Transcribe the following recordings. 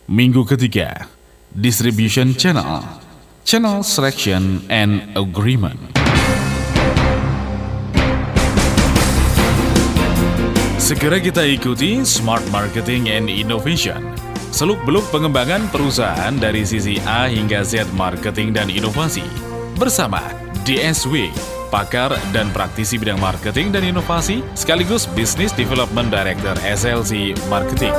Minggu ketiga, Distribution Channel, Channel Selection and Agreement. Segera kita ikuti Smart Marketing and Innovation, seluk-beluk pengembangan perusahaan dari sisi A hingga Z marketing dan inovasi. Bersama DSW, pakar dan praktisi bidang marketing dan inovasi, sekaligus Business Development Director SLC Marketing.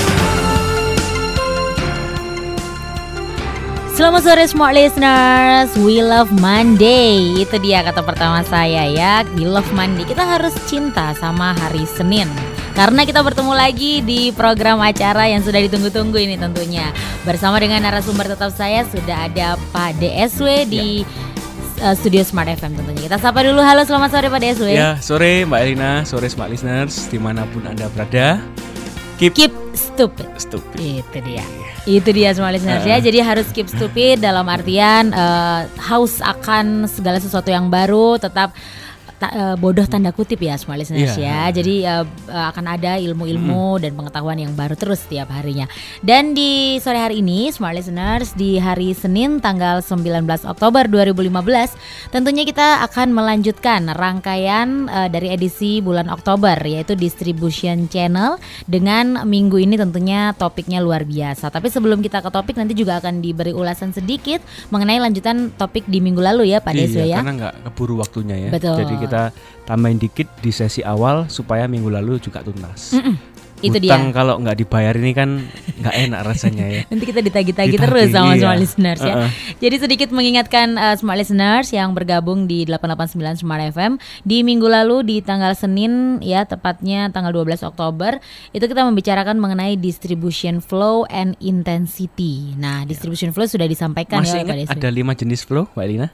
Selamat sore Smart Listeners, we love Monday. Itu dia kata pertama saya ya, we love Monday. Kita harus cinta sama hari Senin, karena kita bertemu lagi di program acara yang sudah ditunggu-tunggu ini tentunya. Bersama dengan narasumber tetap saya, sudah ada Pak DSW di Studio Smart FM tentunya. Kita sapa dulu, halo selamat sore Pak DSW. Ya, sore Mbak Elina, sore Smart Listeners, dimanapun Anda berada. Keep stupid. Stupid. Itu dia Smart Listeners ya. Jadi harus keep stupid dalam artian haus akan segala sesuatu yang baru, tetap bodoh tanda kutip ya Smart Listeners ya. Jadi akan ada ilmu-ilmu dan pengetahuan yang baru terus setiap harinya. Dan di sore hari ini Smart Listeners, di hari Senin tanggal 19 Oktober 2015, tentunya kita akan melanjutkan rangkaian dari edisi bulan Oktober, yaitu Distribution Channel. Dengan minggu ini tentunya topiknya luar biasa. Tapi sebelum kita ke topik, nanti juga akan diberi ulasan sedikit mengenai lanjutan topik di minggu lalu ya Pak Deswe ya. Karena nggak keburu waktunya ya. Betul. Jadi kita tambahin dikit di sesi awal supaya minggu lalu juga tuntas. Itu Hutang dia. kalau nggak dibayar ini kan nggak enak rasanya ya. Nanti kita ditagi-tagi terus sama Smart Listeners ya. Jadi sedikit mengingatkan Smart Listeners yang bergabung di 889 Smart FM, di minggu lalu di tanggal Senin ya, tepatnya tanggal 12 Oktober, itu kita membicarakan mengenai distribution flow and intensity. Nah, distribution flow sudah disampaikan Masih ya Pak ingat Deswi. ada 5 jenis flow, Mbak Elina?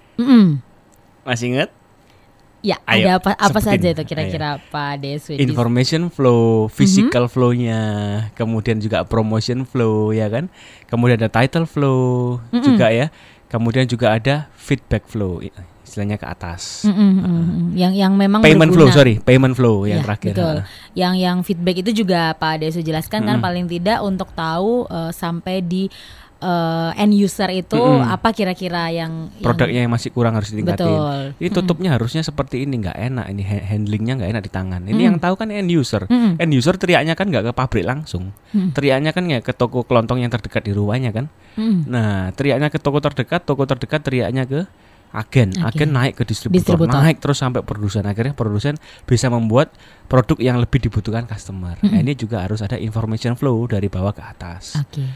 Masih ingat? Ya, Ayo, ada apa sebutin. saja itu kira-kira Pak Deswi? Information flow, physical flow-nya, kemudian juga promotion flow ya kan. Kemudian ada title flow juga ya. Kemudian juga ada feedback flow, istilahnya ke atas. Yang memang Payment berguna. payment flow yang Ya, terakhir. betul. Yang feedback itu juga Pak Deswi jelaskan kan, paling tidak untuk tahu sampai di end user itu apa kira-kira yang Produknya yang masih kurang harus ditingkatin. Betul. Ini tutupnya harusnya seperti ini, nggak enak. Ini handlingnya nggak enak di tangan. Ini yang tahu kan end user. End user teriaknya kan nggak ke pabrik langsung. Teriaknya kan ya ke toko kelontong yang terdekat di rumahnya kan. Nah, teriaknya ke toko terdekat teriaknya ke agen naik ke distributor, naik terus sampai produsen. Akhirnya produsen bisa membuat produk yang lebih dibutuhkan customer. Nah, ini juga harus ada information flow dari bawah ke atas.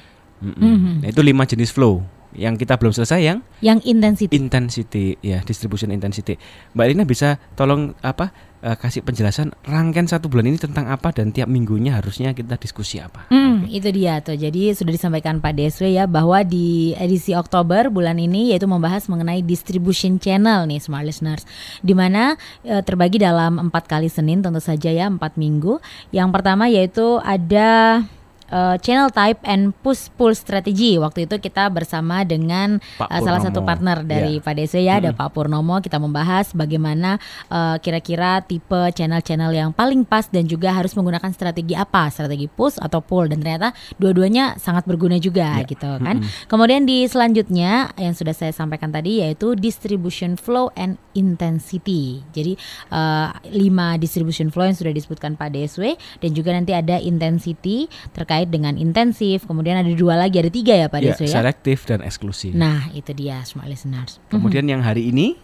Nah, itu 5 jenis flow. Yang kita belum selesai yang intensity ya, distribution intensity. Mbak Lina bisa tolong kasih penjelasan rangkaian 1 bulan ini tentang apa dan tiap minggunya harusnya kita diskusi apa. Itu dia tuh. Jadi sudah disampaikan Pak DSW ya, bahwa di edisi Oktober bulan ini yaitu membahas mengenai distribution channel nih Smart Listeners, di mana terbagi dalam 4 kali Senin tentu saja ya, 4 minggu. Yang pertama yaitu ada channel type and push-pull strategy. Waktu itu kita bersama dengan salah satu partner dari Pak Deswe ya, ada Pak Purnomo. Kita membahas bagaimana kira-kira tipe channel-channel yang paling pas dan juga harus menggunakan strategi apa, strategi push atau pull, dan ternyata dua-duanya sangat berguna juga gitu kan. Kemudian di selanjutnya yang sudah saya sampaikan tadi yaitu distribution flow and intensity. Jadi 5 distribution flow yang sudah disebutkan Pak Deswe, dan juga nanti ada intensity terkait dengan intensif. Kemudian ada 2 lagi, ada 3 ya Pak Deswe ya, selektif dan eksklusif. Nah itu dia Smart Listeners. Kemudian yang hari ini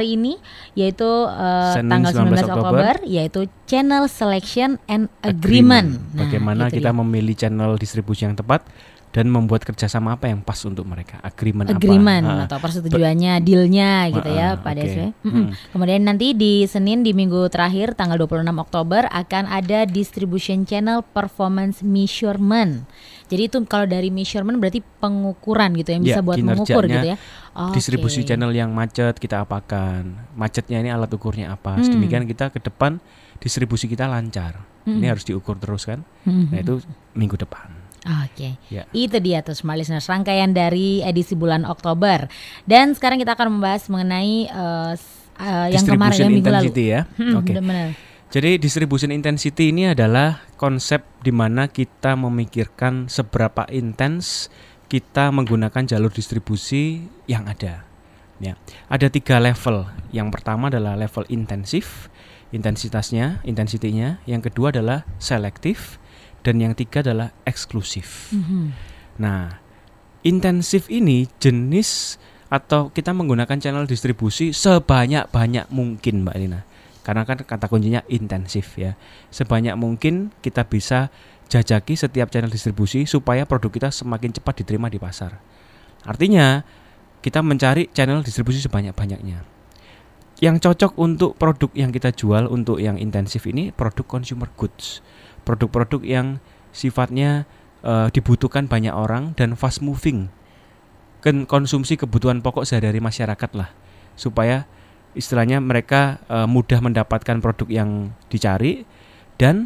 yaitu Senin tanggal 19 Oktober yaitu channel selection and agreement. Bagaimana itu kita dia. memilih channel distribusi yang tepat dan membuat kerjasama apa yang pas untuk mereka. Agreement atau persetujuannya, dealnya gitu ya Pak Deswe. Kemudian nanti di Senin, di minggu terakhir tanggal 26 Oktober akan ada distribution channel performance measurement. Jadi itu kalau dari measurement berarti pengukuran gitu yang bisa buat mengukur gitu ya. Distribusi channel yang macet kita apakan. Macetnya ini alat ukurnya apa. Sedemikian kita ke depan distribusi kita lancar. Ini harus diukur terus kan. Nah itu minggu depan. Ya. Itu dia tuh Smart Listeners, rangkaian dari edisi bulan Oktober. Dan sekarang kita akan membahas mengenai yang kemarin, yang minggu lalu ya. Benar. Jadi distribution intensity ini adalah konsep di mana kita memikirkan seberapa intens kita menggunakan jalur distribusi yang ada. Ya, ada 3 level. Yang pertama adalah level intensif, intensitinya. Yang kedua adalah selektif, dan yang ketiga adalah eksklusif. Nah, intensif ini jenis atau kita menggunakan channel distribusi sebanyak-banyak mungkin, Mbak Lina. Karena kan kata kuncinya intensif ya. Sebanyak mungkin kita bisa jajaki setiap channel distribusi supaya produk kita semakin cepat diterima di pasar. Artinya kita mencari channel distribusi sebanyak-banyaknya. Yang cocok untuk produk yang kita jual untuk yang intensif ini produk consumer goods. Produk-produk yang sifatnya dibutuhkan banyak orang dan fast moving. Konsumsi kebutuhan pokok sehari-hari masyarakat lah. Supaya istilahnya mereka mudah mendapatkan produk yang dicari dan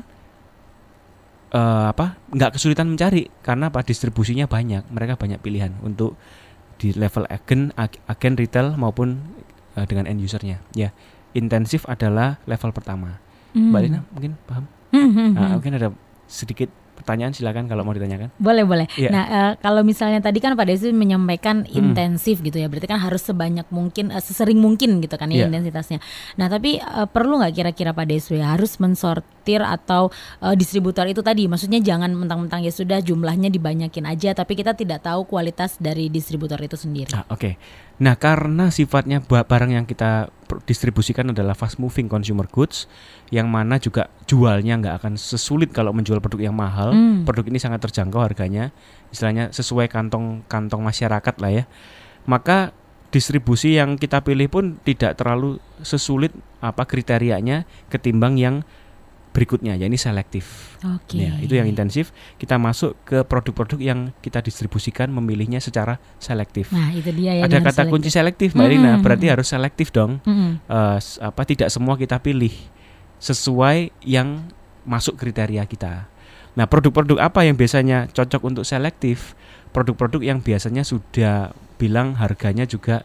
nggak kesulitan mencari karena distribusinya banyak, mereka banyak pilihan untuk di level agen retail maupun dengan end usernya. Ya, intensif adalah level pertama. Mbak Lina mungkin paham? Mungkin ada sedikit pertanyaan, silakan kalau mau ditanyakan. Boleh. Yeah. Nah, kalau misalnya tadi kan Pak Desi menyampaikan intensif gitu ya, berarti kan harus sebanyak mungkin, sesering mungkin gitu kan ya intensitasnya. Nah, tapi perlu nggak kira-kira Pak Desi harus mensortir atau distributor itu tadi, maksudnya jangan mentang-mentang ya sudah jumlahnya dibanyakin aja, tapi kita tidak tahu kualitas dari distributor itu sendiri. Oke. Nah, karena sifatnya barang yang kita distribusikan adalah fast moving consumer goods, yang mana juga jualnya nggak akan sesulit kalau menjual produk yang mahal. Produk ini sangat terjangkau harganya, istilahnya sesuai kantong masyarakat lah ya. Maka distribusi yang kita pilih pun tidak terlalu sesulit kriterianya ketimbang yang berikutnya, yakni selektif. Ya, itu yang intensif. Kita masuk ke produk-produk yang kita distribusikan, memilihnya secara selektif. Nah, itu dia ya. Ada kata kunci selektif, Mbak Rina. Berarti harus selektif dong. Tidak semua kita pilih sesuai yang masuk kriteria kita. Nah, produk-produk apa yang biasanya cocok untuk selektif? Produk-produk yang biasanya sudah bilang harganya juga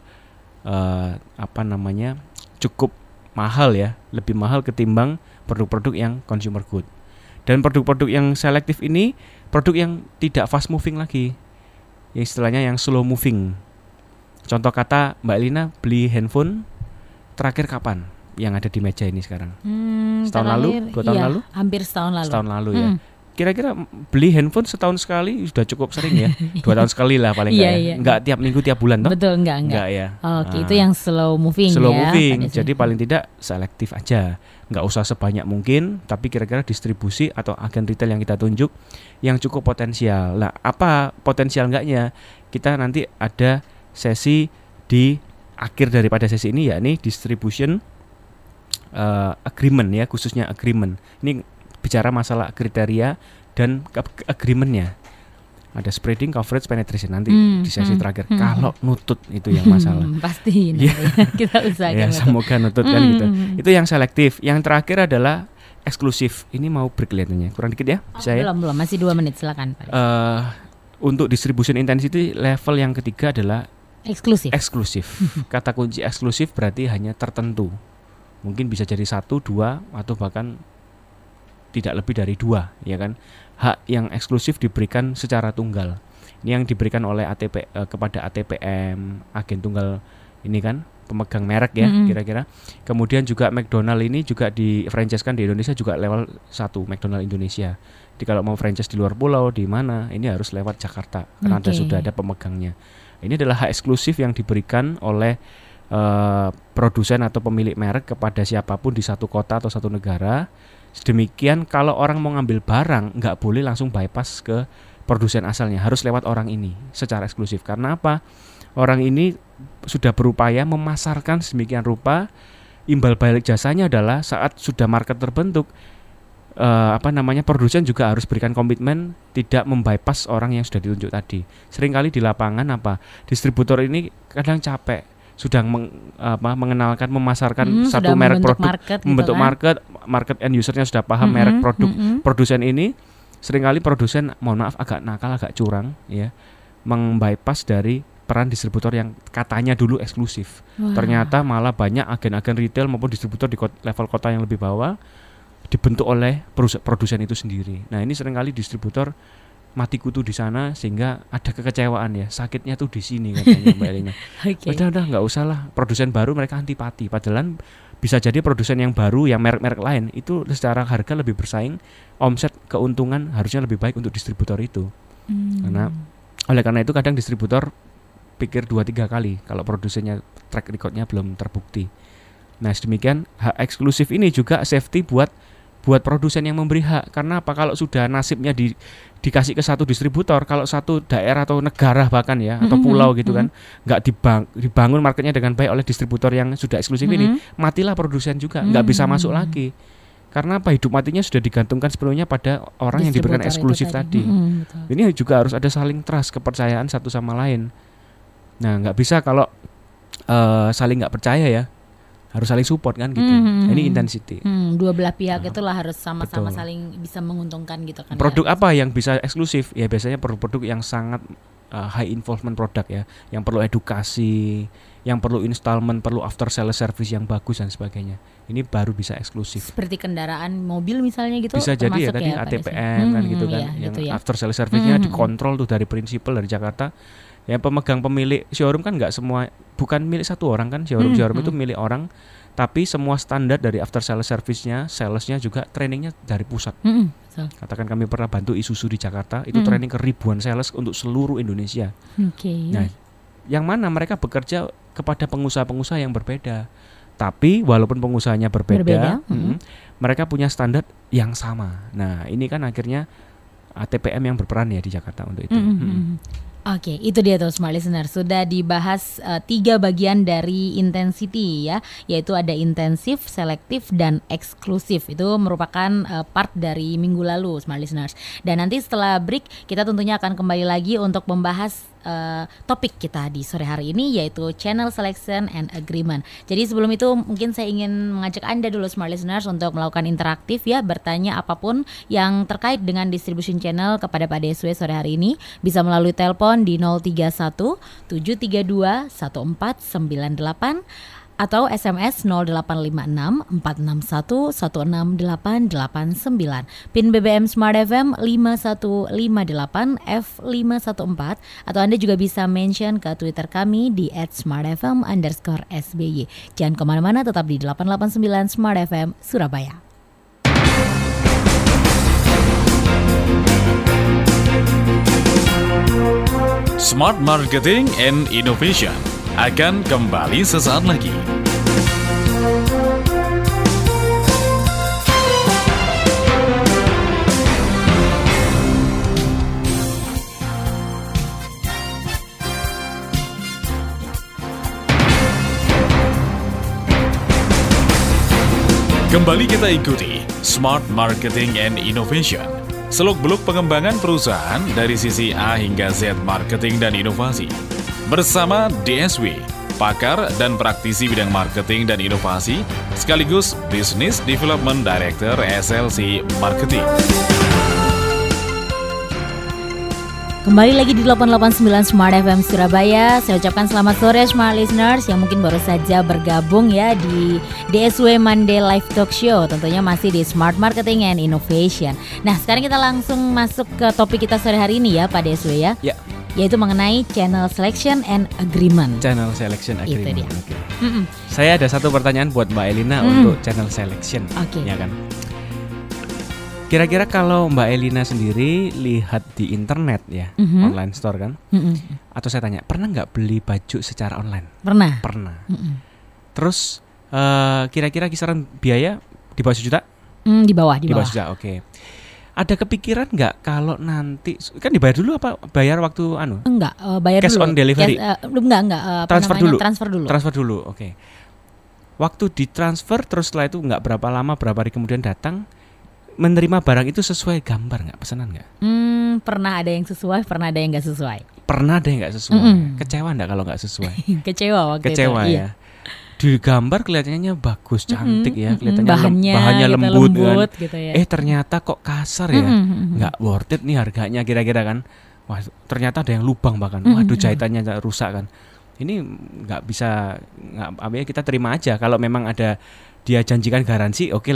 cukup mahal ya, lebih mahal ketimbang produk-produk yang consumer good. Dan produk-produk yang selektif ini produk yang tidak fast moving lagi, istilahnya yang slow moving. Contoh kata, Mbak Lina beli handphone terakhir kapan yang ada di meja ini sekarang? Setahun lalu? 2 tahun lalu? Hampir setahun lalu. Setahun lalu ya. Kira-kira beli handphone setahun sekali sudah cukup sering ya. 2 tahun sekali lah paling enggak ya. Enggak tiap minggu, tiap bulan toh? Betul, enggak ya. Oke, itu yang slow moving slow ya. Moving. Jadi paling tidak selektif aja. Enggak usah sebanyak mungkin, tapi kira-kira distribusi atau agen retail yang kita tunjuk yang cukup potensial. Nah, apa potensial enggaknya? Kita nanti ada sesi di akhir daripada sesi ini, yakni distribution agreement ya, khususnya agreement. Ini bicara masalah kriteria dan agreementnya. Ada spreading, coverage, penetration nanti di sesi terakhir. Kalau nutut itu yang masalah. Pasti kita usahakan. Ya, semoga nutut kan gitu. Itu yang selektif. Yang terakhir adalah eksklusif. Ini mau break kelihatannya. Kurang dikit ya? Belum, masih 2 menit, silakan Pak. Untuk distribution intensity level yang ketiga adalah eksklusif. Kata kunci eksklusif berarti hanya tertentu. Mungkin bisa jadi 1, 2 atau bahkan tidak lebih dari 2, ya kan. Hak yang eksklusif diberikan secara tunggal. Ini yang diberikan oleh kepada ATPM, agen tunggal ini kan, pemegang merek ya kira-kira. Kemudian juga McDonald ini juga di franchise kan di Indonesia juga level 1, McDonald Indonesia. Jadi kalau mau franchise di luar pulau di mana, ini harus lewat Jakarta karena sudah ada pemegangnya. Ini adalah hak eksklusif yang diberikan oleh produsen atau pemilik merek kepada siapapun di satu kota atau satu negara. Sedemikian kalau orang mau ngambil barang nggak boleh langsung bypass ke produsen asalnya, harus lewat orang ini secara eksklusif. Karena apa? Orang ini sudah berupaya memasarkan sedemikian rupa, imbal balik jasanya adalah saat sudah market terbentuk, produsen juga harus berikan komitmen tidak membypass orang yang sudah ditunjuk tadi. Seringkali di lapangan distributor ini kadang capek, sudah mengenalkan, memasarkan satu merek produk, membentuk market end usernya sudah paham merek produk produsen ini. Seringkali produsen, mohon maaf, agak nakal, agak curang ya, membypass dari peran distributor yang katanya dulu eksklusif. Ternyata malah banyak agen-agen retail maupun distributor di level kota yang lebih bawah dibentuk oleh produsen itu sendiri. Nah ini seringkali distributor mati kutu di sana sehingga ada kekecewaan ya, sakitnya tuh di sini katanya Mbak Elina. Okay. Udah nggak usah lah, produsen baru mereka antipati. Padahal bisa jadi produsen yang baru yang merek-merek lain itu secara harga lebih bersaing, omset keuntungan harusnya lebih baik untuk distributor itu. Oleh karena itu kadang distributor pikir 2-3 kali kalau produsennya track recordnya belum terbukti. Nah sedemikian hak eksklusif ini juga safety buat produsen yang memberi hak. Karena apa? Kalau sudah nasibnya dikasih ke satu distributor, kalau satu daerah atau negara bahkan ya atau pulau gitu kan nggak dibangun marketnya dengan baik oleh distributor yang sudah eksklusif ini, matilah produsen juga, nggak bisa masuk lagi. Karena apa? Hidup matinya sudah digantungkan sepenuhnya pada orang yang diberikan eksklusif tadi. Ini juga harus ada saling trust, kepercayaan satu sama lain. Nah nggak bisa kalau saling nggak percaya ya, harus saling support kan gitu. Ini intensity. Dua belah pihak itulah harus sama-sama saling bisa menguntungkan gitu kan. Produk apa yang bisa eksklusif? Ya biasanya produk-produk yang sangat high involvement produk ya, yang perlu edukasi, yang perlu installment, perlu after sales service yang bagus dan sebagainya. Ini baru bisa eksklusif. Seperti kendaraan mobil misalnya gitu. Bisa jadi ya tadi ATPM kan gitu kan, yang gitu ya. After sales service-nya dikontrol tuh dari prinsipal dari Jakarta. Ya pemegang pemilik showroom kan nggak semua, bukan milik satu orang kan, showroom itu milik orang, tapi semua standar dari after sales service-nya, salesnya juga trainingnya dari pusat. Katakan kami pernah bantu Isuzu di Jakarta, itu training ke ribuan sales untuk seluruh Indonesia. Nah, yang mana mereka bekerja kepada pengusaha-pengusaha yang berbeda, tapi walaupun pengusahanya berbeda. Mereka punya standar yang sama. Nah ini kan akhirnya ATPM yang berperan ya di Jakarta untuk itu. Oke, itu dia tuh Smart Listener. Sudah dibahas 3 bagian dari intensity ya, yaitu ada intensif, selektif, dan eksklusif. Itu merupakan part dari minggu lalu Smart Listeners. Dan nanti setelah break kita tentunya akan kembali lagi untuk membahas topik kita di sore hari ini, yaitu channel selection and agreement. Jadi sebelum itu mungkin saya ingin mengajak Anda dulu Smart Listeners untuk melakukan interaktif ya, bertanya apapun yang terkait dengan distribution channel kepada Pak DSW sore hari ini, bisa melalui telepon di 031 732 1498 atau SMS 0856 461 161 PIN BBM Smart FM 5158 F514, atau Anda juga bisa mention ke Twitter kami di @smartfm_SBY. Jangan kemana-mana, tetap di 889 Smart FM Surabaya. Smart Marketing and Innovation akan kembali sesaat lagi. Kembali kita ikuti Smart Marketing and Innovation, seluk-beluk pengembangan perusahaan dari sisi A hingga Z marketing dan inovasi. Bersama DSW, pakar dan praktisi bidang marketing dan inovasi, sekaligus Business Development Director SLC Marketing. Kembali lagi di 889 Smart FM Surabaya. Saya ucapkan selamat sore Smart Listeners yang mungkin baru saja bergabung ya di DSW Monday Live Talk Show. Tentunya masih di Smart Marketing and Innovation. Nah sekarang kita langsung masuk ke topik kita sore hari ini ya Pak DSW ya. Ya. Yaitu mengenai channel selection and agreement. Channel selection agreement. Itu dia. Okay. Saya ada satu pertanyaan buat Mbak Elina untuk channel selection. Ya kan. Kira-kira kalau Mbak Elina sendiri lihat di internet ya, online store kan, atau saya tanya, pernah nggak beli baju secara online? Pernah. Terus kira-kira kisaran biaya di bawah 1 juta? Di bawah. Di bawah 1 juta, oke. Ada kepikiran nggak kalau nanti kan dibayar dulu apa bayar waktu Enggak, bayar cash dulu. on delivery? Enggak. Transfer dulu, oke. Waktu ditransfer terus setelah itu nggak berapa lama, berapa hari kemudian datang, menerima barang itu sesuai gambar nggak, pesanan nggak? Pernah ada yang sesuai, pernah ada yang nggak sesuai. Pernah ada yang nggak sesuai. Kecewa nggak kalau nggak sesuai? Kecewa waktu itu. Kecewa ya. Iya. Di gambar kelihatannya bagus, cantik ya, kelihatannya bahannya lembut kan. Gitu ya. Ternyata kok kasar ya, nggak worth it nih harganya kira-kira kan. Wah ternyata ada yang lubang bahkan, waduh jahitannya rusak kan. Ini nggak bisa, kita terima aja kalau memang ada dia janjikan garansi, oke lah.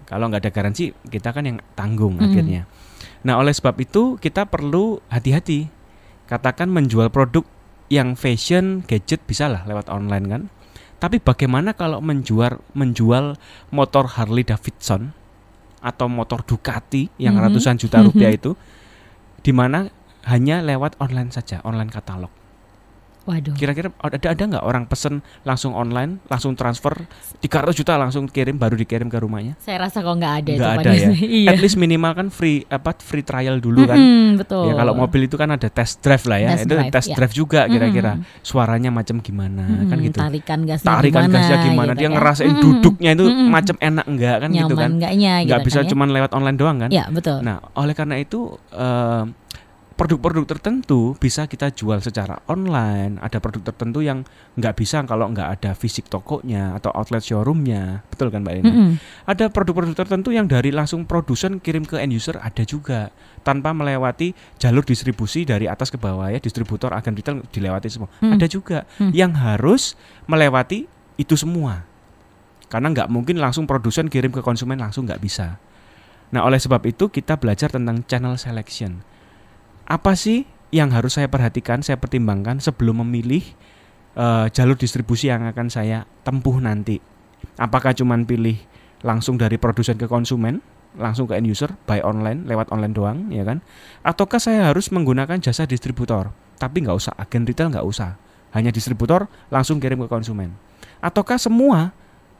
Kalau nggak ada garansi, kita kan yang tanggung akhirnya. Nah, oleh sebab itu kita perlu hati-hati. Katakan menjual produk yang fashion, gadget bisa lah lewat online kan. Tapi bagaimana kalau menjual motor Harley Davidson atau motor Ducati yang ratusan juta rupiah itu, di mana hanya lewat online saja, online katalog. Waduh. Kira-kira ada nggak orang pesen langsung online, langsung transfer 300 juta langsung kirim, baru dikirim ke rumahnya? Saya rasa kok nggak ada. Nggak ada ya. Iya. At least minimal kan free trial dulu kan. Betul. Ya kalau mobil itu kan ada test drive lah ya. Test drive juga kira-kira suaranya macam gimana kan gitu. Tarikan gasnya gimana, gitu, dia ngerasain duduknya itu macam enak enggak kan nyaman gitu kan. Nggak bisa kan, cuman lewat online doang kan. Ya betul. Nah oleh karena itu produk-produk tertentu bisa kita jual secara online. Ada produk tertentu yang nggak bisa kalau nggak ada fisik tokonya atau outlet showroomnya, betul kan Mbak Lina? Ada produk-produk tertentu yang dari langsung produsen kirim ke end user, ada juga tanpa melewati jalur distribusi dari atas ke bawah ya, distributor, agen retail dilewati semua. Ada juga yang harus melewati itu semua, karena nggak mungkin langsung produsen kirim ke konsumen langsung, nggak bisa. Nah oleh sebab itu kita belajar tentang channel selection. Apa sih yang harus saya perhatikan, saya pertimbangkan sebelum memilih jalur distribusi yang akan saya tempuh nanti? Apakah cuman pilih langsung dari produsen ke konsumen, langsung ke end user, buy online, lewat online doang, ya kan? Ataukah saya harus menggunakan jasa distributor, tapi nggak usah agen retail, nggak usah, hanya distributor langsung kirim ke konsumen? Ataukah semua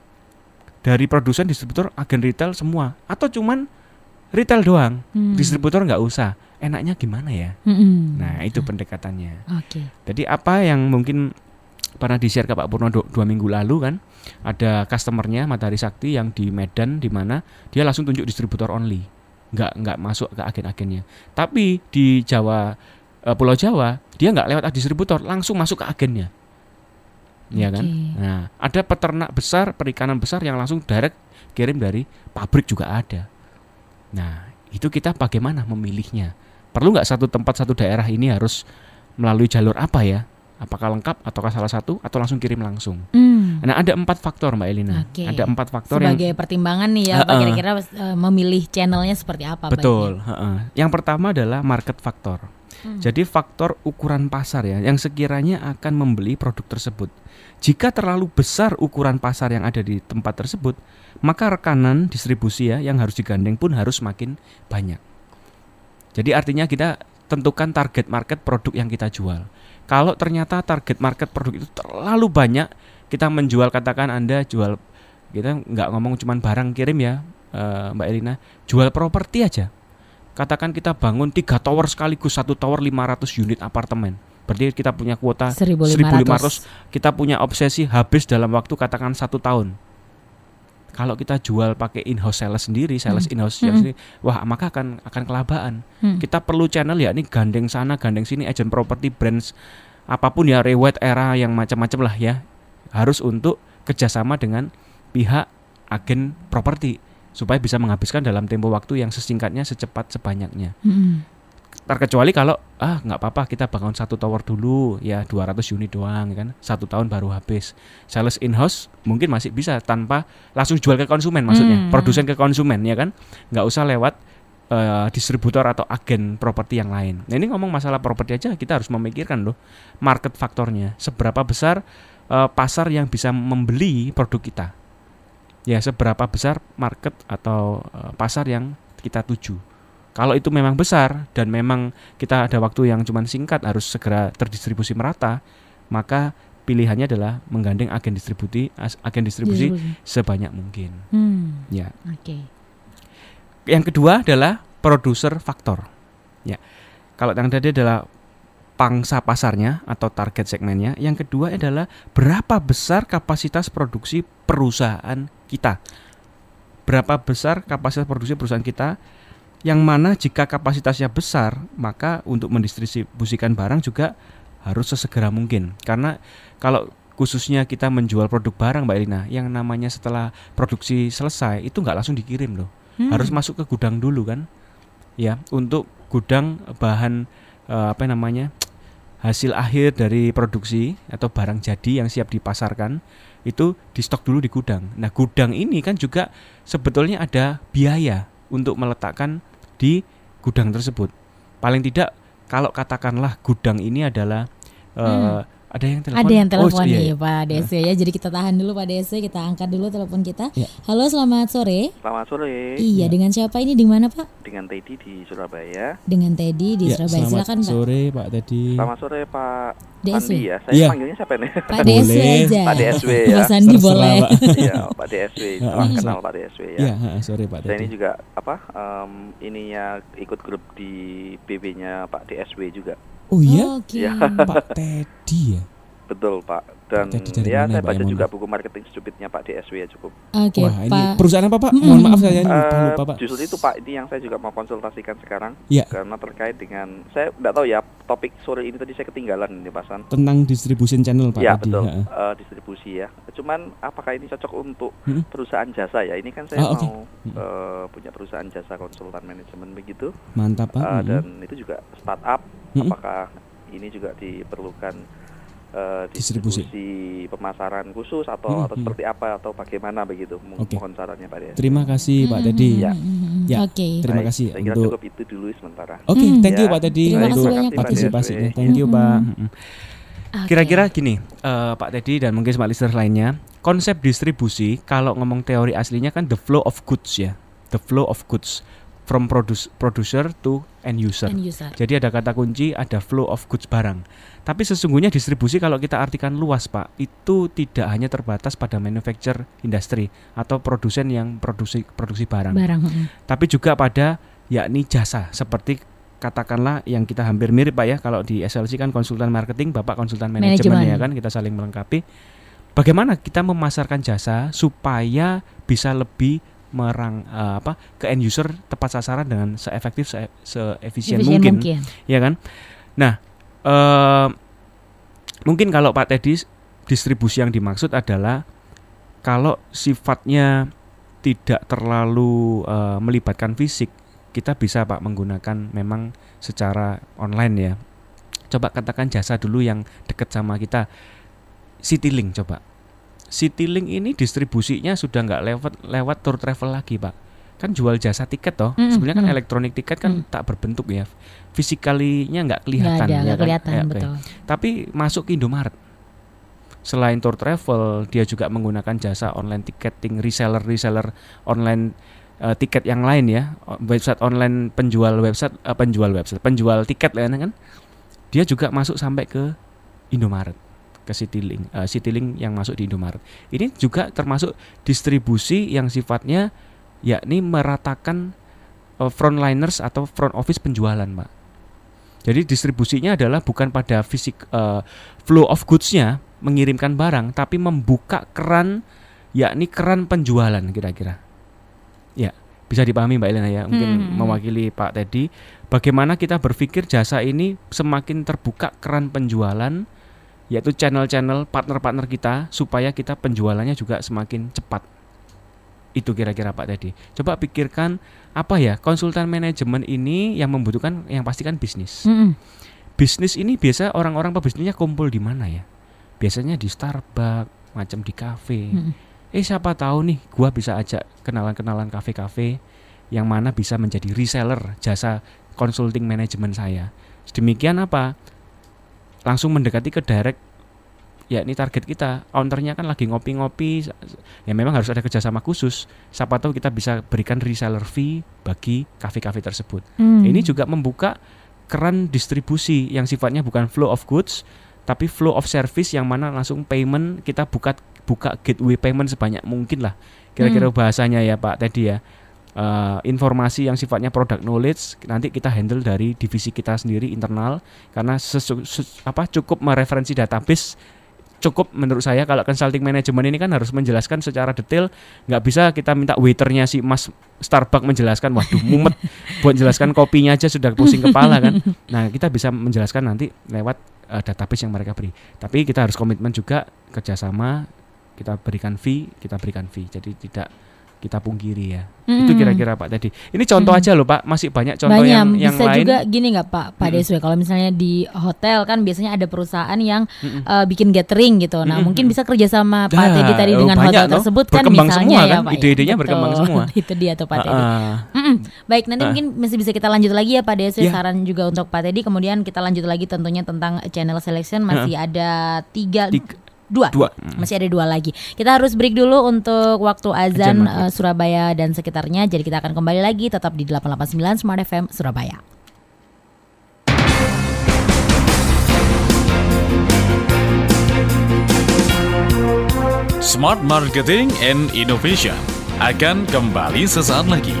dari produsen, distributor, agen retail semua, atau cuman retail doang, distributor nggak usah? Enaknya gimana ya? Nah itu pendekatannya. Jadi apa yang mungkin pernah di-share ke Pak Purno 2 minggu lalu kan, ada customernya Matahari Sakti yang di Medan, di mana dia langsung tunjuk distributor only, nggak masuk ke agen-agennya. Tapi di Jawa, Pulau Jawa, dia nggak lewat distributor, langsung masuk ke agennya, ya kan? Nah ada peternak besar, perikanan besar yang langsung direct kirim dari pabrik juga ada. Nah itu kita bagaimana memilihnya? Perlu nggak satu tempat, satu daerah ini harus melalui jalur apa ya? Apakah lengkap ataukah salah satu atau langsung kirim langsung? Nah ada 4 faktor Mbak Elina. Ada 4 faktor sebagai pertimbangan nih ya, kira-kira memilih channelnya seperti apa? Betul. Yang pertama adalah market factor. Jadi faktor ukuran pasar ya, yang sekiranya akan membeli produk tersebut. Jika terlalu besar ukuran pasar yang ada di tempat tersebut, maka rekanan distribusi ya yang harus digandeng pun harus makin banyak. Jadi artinya kita tentukan target market produk yang kita jual. Kalau ternyata target market produk itu terlalu banyak, kita menjual, katakan Anda jual, kita nggak ngomong cuma barang kirim ya Mbak Elina, jual properti aja. Katakan kita bangun 3 tower sekaligus, 1 tower 500 unit apartemen. Berarti kita punya kuota 1.500. Kita punya obsesi habis dalam waktu katakan 1 tahun. Kalau kita jual pakai in-house sales sendiri, in-house sendiri, wah maka akan kelabaan. Kita perlu channel ya, ini gandeng sana, gandeng sini, agent property, brands, apapun ya, rewet era yang macam-macam lah ya, harus untuk kerjasama dengan pihak agen properti supaya bisa menghabiskan dalam tempo waktu yang sesingkatnya, secepat, sebanyaknya. Terkecuali kalau nggak apa-apa kita bangun 1 tower dulu ya 200 unit doang kan, 1 tahun baru habis. Sales in-house mungkin masih bisa tanpa langsung jual ke konsumen, maksudnya produsen ke konsumen ya kan, nggak usah lewat distributor atau agen properti yang lain. Nah ini ngomong masalah properti aja kita harus memikirkan loh market faktornya, seberapa besar pasar yang bisa membeli produk kita, ya seberapa besar market atau pasar yang kita tuju. Kalau itu memang besar dan memang kita ada waktu yang cuma singkat, harus segera terdistribusi merata, maka pilihannya adalah menggandeng agen distribusi sebanyak mungkin. Ya. Yang kedua adalah producer faktor. Ya. Kalau yang tadi adalah pangsa pasarnya atau target segmennya, yang kedua adalah berapa besar kapasitas produksi perusahaan kita. Berapa besar kapasitas produksi perusahaan kita? Yang mana jika kapasitasnya besar, maka untuk mendistribusikan barang juga harus sesegera mungkin. Karena kalau khususnya kita menjual produk barang Mbak Elina, yang namanya setelah produksi selesai itu nggak langsung dikirim loh, harus masuk ke gudang dulu kan, ya, untuk gudang bahan hasil akhir dari produksi atau barang jadi yang siap dipasarkan itu di stok dulu di gudang. Nah, gudang ini kan juga sebetulnya ada biaya untuk meletakkan di gudang tersebut. Paling tidak kalau katakanlah gudang ini adalah ada yang telepon. Ada yang telepon iya. nih Pak DSW ya. Jadi kita tahan dulu Pak DSW, kita angkat dulu telepon kita. Ya. Halo, selamat sore. Selamat sore. Iya, dengan siapa ini? Di mana Pak? Dengan Teddy di Surabaya. Dengan Teddy di Surabaya. Silakan Pak. Sore Pak Teddy. Selamat sore Pak DSW. Sandi ya. Saya Iya. panggilnya siapa nih? Pak DSW aja. Pak DSW ya. Mas Sandi Terserah, boleh. Pak. Iya, Pak DSW. Salam kenal Pak DSW ya. Iya, sore Pak Saya Teddy. ini juga ininya ikut grup di BB-nya Pak DSW juga. Oh iya, Oke. Iya. Pak Teddy ya. Betul Pak. Dan Teddy dari ya mana, saya Pak, baca yang juga mana? buku marketing stupidnya Pak DSW ya cukup. Oke, Wah, ini Pak. perusahaan apa Pak? Mohon maaf saya lupa Pak. Justru itu Pak, ini yang saya juga mau konsultasikan sekarang. Iya. Karena terkait dengan, saya nggak tahu ya, topik sore ini tadi saya ketinggalan ini Pak San. Tentang distribution channel Pak Ya tadi. betul, Heeh. distribusi ya. Cuman apakah ini cocok untuk Hmm. perusahaan jasa ya? Ini kan saya Ah, oke. mau punya perusahaan jasa konsultan manajemen begitu. Mantap Pak. Dan itu juga startup. Hmm. Apakah ini juga diperlukan Distribusi. pemasaran khusus atau seperti apa atau bagaimana begitu? Oke. Mohon sarannya Pak Des. Terima kasih Pak Teddy. Ya. Ya. Oke. Terima Baik, kasih saya kira untuk cukup itu dulu sementara. Oke, thank you Ya. Pak Teddy Terima kasih untuk banyak, Pak partisipasinya. Teddy. Thank you Pak. Oke. Kira-kira gini, Pak Teddy dan mungkin smart listener lainnya, konsep distribusi kalau ngomong teori aslinya kan the flow of goods ya, the flow of goods from producer to end user. End user. Jadi ada kata kunci, ada flow of goods barang. Tapi sesungguhnya distribusi kalau kita artikan luas Pak, itu tidak hanya terbatas pada manufacture industry atau produsen yang produksi barang. Tapi juga pada yakni jasa seperti katakanlah yang kita hampir mirip Pak ya, kalau di SLC kan konsultan marketing, Bapak konsultan manajemen ya kan, kita saling melengkapi. Bagaimana kita memasarkan jasa supaya bisa lebih ke end user tepat sasaran dengan seefektif seefisien mungkin. Ya kan? Nah, mungkin kalau Pak Teddy distribusi yang dimaksud adalah kalau sifatnya tidak terlalu melibatkan fisik, kita bisa Pak menggunakan memang secara online ya. Coba katakan jasa dulu yang dekat sama kita, Citylink coba. Citylink ini distribusinya sudah nggak lewat tour travel lagi Pak. Kan jual jasa tiket toh. Sebenarnya kan elektronik tiket kan tak berbentuk ya. Fisikalinya nggak kelihatan. Nggak kelihatan, Oke. betul. Tapi masuk ke Indomaret. Selain tour travel, dia juga menggunakan jasa online ticketing, reseller online tiket yang lain ya, website online penjual tiket lah kan. Dia juga masuk sampai ke Indomaret, ke Citylink yang masuk di Indomaret. Ini juga termasuk distribusi yang sifatnya yakni meratakan frontliners atau front office penjualan, Pak. Jadi distribusinya adalah bukan pada fisik flow of goods-nya mengirimkan barang, tapi membuka keran, yakni keran penjualan kira-kira. Ya, bisa dipahami Mbak Elena ya, mungkin mewakili Pak Teddy. Bagaimana kita berpikir jasa ini semakin terbuka keran penjualan, yaitu channel-channel partner-partner kita, supaya kita penjualannya juga semakin cepat. Itu kira-kira Pak Teddy. Coba pikirkan apa ya, konsultan manajemen ini yang membutuhkan yang pasti kan bisnis. Bisnis ini biasa orang-orang pebisnisnya kumpul di mana ya? Biasanya di Starbucks, macam di kafe. Siapa tahu nih, gua bisa ajak kenalan-kenalan kafe-kafe yang mana bisa menjadi reseller jasa consulting manajemen saya. Demikian apa? Langsung mendekati ke direct, ya ini target kita. Ownernya kan lagi ngopi-ngopi, ya memang harus ada kerjasama khusus. Siapa tahu kita bisa berikan reseller fee bagi kafe-kafe tersebut. Ini juga membuka keran distribusi yang sifatnya bukan flow of goods, tapi flow of service yang mana langsung payment, kita buka gateway payment sebanyak mungkin lah. Kira-kira bahasanya ya Pak Teddy ya. Informasi yang sifatnya product knowledge nanti kita handle dari divisi kita sendiri internal, karena cukup mereferensi database. Cukup menurut saya kalau consulting management ini kan harus menjelaskan secara detail. Nggak bisa kita minta waiternya si Mas Starbucks menjelaskan, waduh mumet. Buat jelaskan kopinya aja sudah pusing kepala kan. Nah kita bisa menjelaskan nanti lewat database yang mereka beri. Tapi kita harus komitmen juga kerjasama, kita berikan fee. Jadi tidak kita pungkiri ya. Itu kira-kira Pak tadi. Ini contoh aja loh Pak, masih banyak contoh banyak. yang Bisa lain. juga gini nggak Pak Deswe, kalau misalnya di hotel kan biasanya ada perusahaan yang bikin catering gitu. Nah mungkin bisa kerjasama Pak Teddy tadi dengan hotel tersebut kan berkembang misalnya semua, ya kan? Pak. Ide-idenya Betul. berkembang semua. Itu dia tuh Pak Teddy. Baik, nanti mungkin masih bisa kita lanjut lagi ya Pak Deswe, saran juga untuk Pak Teddy. Kemudian kita lanjut lagi tentunya tentang channel selection, masih ada dua. Masih ada 2 lagi. Kita harus break dulu untuk waktu azan Surabaya dan sekitarnya. Jadi kita akan kembali lagi tetap di 889 Smart FM Surabaya. Smart Marketing and Innovation akan kembali sesaat lagi.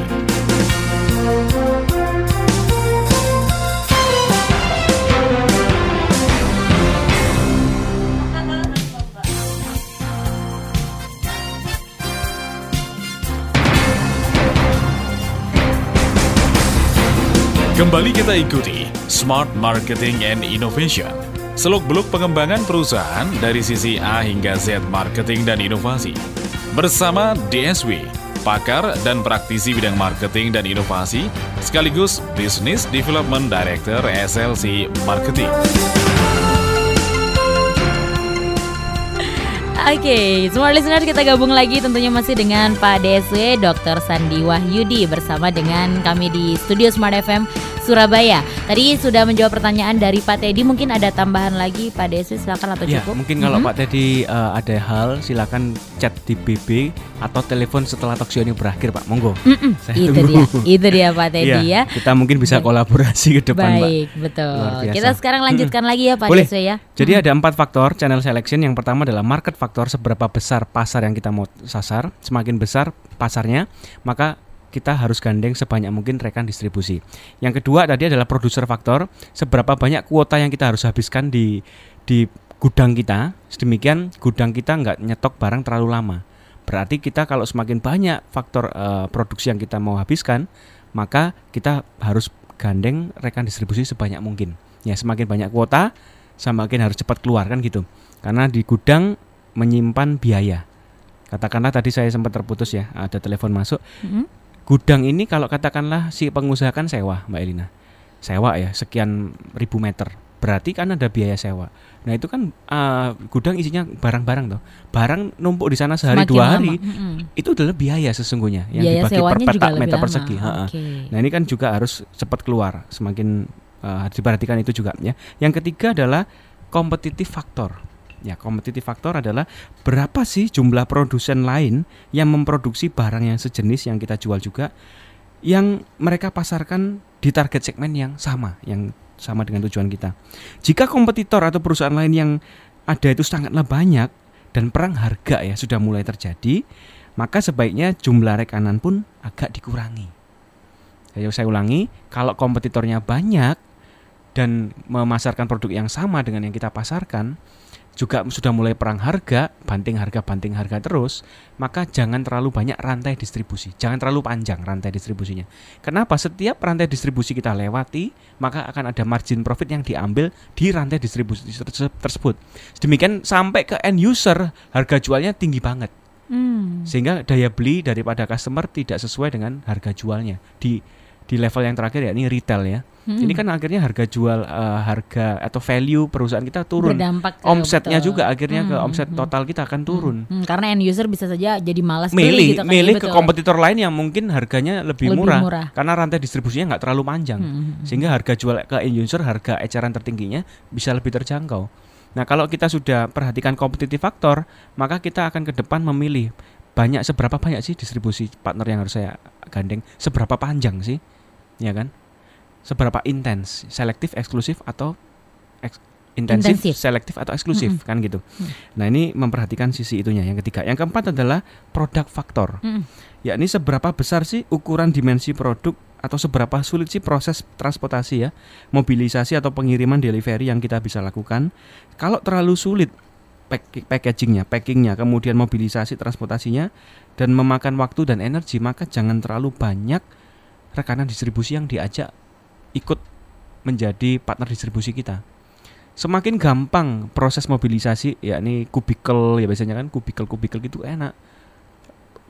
Kembali kita ikuti Smart Marketing and Innovation, seluk-beluk pengembangan perusahaan dari sisi A hingga Z marketing dan inovasi. Bersama DSW, pakar dan praktisi bidang marketing dan inovasi, sekaligus Business Development Director SLC Marketing. Oke, semua listener, kita gabung lagi tentunya masih dengan Pak DSW Dr. Sandi Wahyudi bersama dengan kami di Studio Smart FM Surabaya. Tadi sudah menjawab pertanyaan dari Pak Teddy, mungkin ada tambahan lagi Pak DSW, silakan atau Ya, cukup? mungkin kalau Pak Teddy ada hal silakan chat di BB atau telepon setelah talkshow ini berakhir Pak, monggo. Itu dia Pak Teddy ya. Kita mungkin bisa kolaborasi ke depan Pak. Baik, betul. Kita sekarang lanjutkan lagi ya Pak DSW ya. Jadi ada 4 faktor channel selection. Yang pertama adalah market faktor, seberapa besar pasar yang kita mau sasar. Semakin besar pasarnya, maka kita harus gandeng sebanyak mungkin rekan distribusi. Yang kedua tadi adalah producer faktor, seberapa banyak kuota yang kita harus habiskan di gudang kita, sedemikian gudang kita nggak nyetok barang terlalu lama. Berarti kita kalau semakin banyak faktor produksi yang kita mau habiskan, maka kita harus gandeng rekan distribusi sebanyak mungkin. Ya, semakin banyak kuota, semakin harus cepat keluar kan gitu. Karena di gudang menyimpan biaya. Katakanlah tadi saya sempat terputus ya, ada telepon masuk. Gudang ini kalau katakanlah si pengusaha kan sewa Mbak Elina, sewa ya sekian ribu meter, berarti kan ada biaya sewa. Nah itu kan gudang isinya barang-barang toh, barang numpuk di sana sehari semakin 2 hari, itu adalah biaya sesungguhnya yang biaya dibagi per petak meter persegi. Nah ini kan juga harus cepat keluar, semakin diperhatikan itu juga ya. Yang ketiga adalah competitive factor. Ya, competitive factor adalah berapa sih jumlah produsen lain yang memproduksi barang yang sejenis yang kita jual juga, yang mereka pasarkan di target segmen yang sama dengan tujuan kita. Jika kompetitor atau perusahaan lain yang ada itu sangatlah banyak dan perang harga ya sudah mulai terjadi, maka sebaiknya jumlah rekanan pun agak dikurangi. Saya ulangi, kalau kompetitornya banyak dan memasarkan produk yang sama dengan yang kita pasarkan, juga sudah mulai perang harga, banting harga terus, maka jangan terlalu banyak rantai distribusi, jangan terlalu panjang rantai distribusinya. Kenapa? Setiap rantai distribusi kita lewati, maka akan ada margin profit yang diambil di rantai distribusi tersebut. Sedemikian sampai ke end user, harga jualnya tinggi banget, sehingga daya beli daripada customer tidak sesuai dengan harga jualnya di level yang terakhir, yakni retail ya. Ini kan akhirnya harga jual, harga atau value perusahaan kita turun. Berdampak omsetnya juga akhirnya ke omset total kita akan turun. Karena end user bisa saja jadi malas beli gitu kan. Milih ke kompetitor lain yang mungkin harganya lebih murah. Karena rantai distribusinya nggak terlalu panjang. Sehingga harga jual ke end user, harga eceran tertingginya bisa lebih terjangkau. Nah, kalau kita sudah perhatikan competitive factor, maka kita akan ke depan memilih seberapa banyak sih distribusi partner yang harus saya gandeng, seberapa panjang sih, ya kan? Seberapa intens, selektif, eksklusif atau intensif, selektif atau eksklusif, kan gitu. Nah, ini memperhatikan sisi itunya. Yang ketiga, yang keempat adalah produk faktor. Yakni seberapa besar sih ukuran dimensi produk atau seberapa sulit sih proses transportasi ya, mobilisasi atau pengiriman delivery yang kita bisa lakukan. Kalau terlalu sulit packagingnya, kemudian mobilisasi transportasinya dan memakan waktu dan energi, maka jangan terlalu banyak rekanan distribusi yang diajak ikut menjadi partner distribusi kita. Semakin gampang proses mobilisasi, yakni kubikel ya biasanya kan kubikel gitu enak.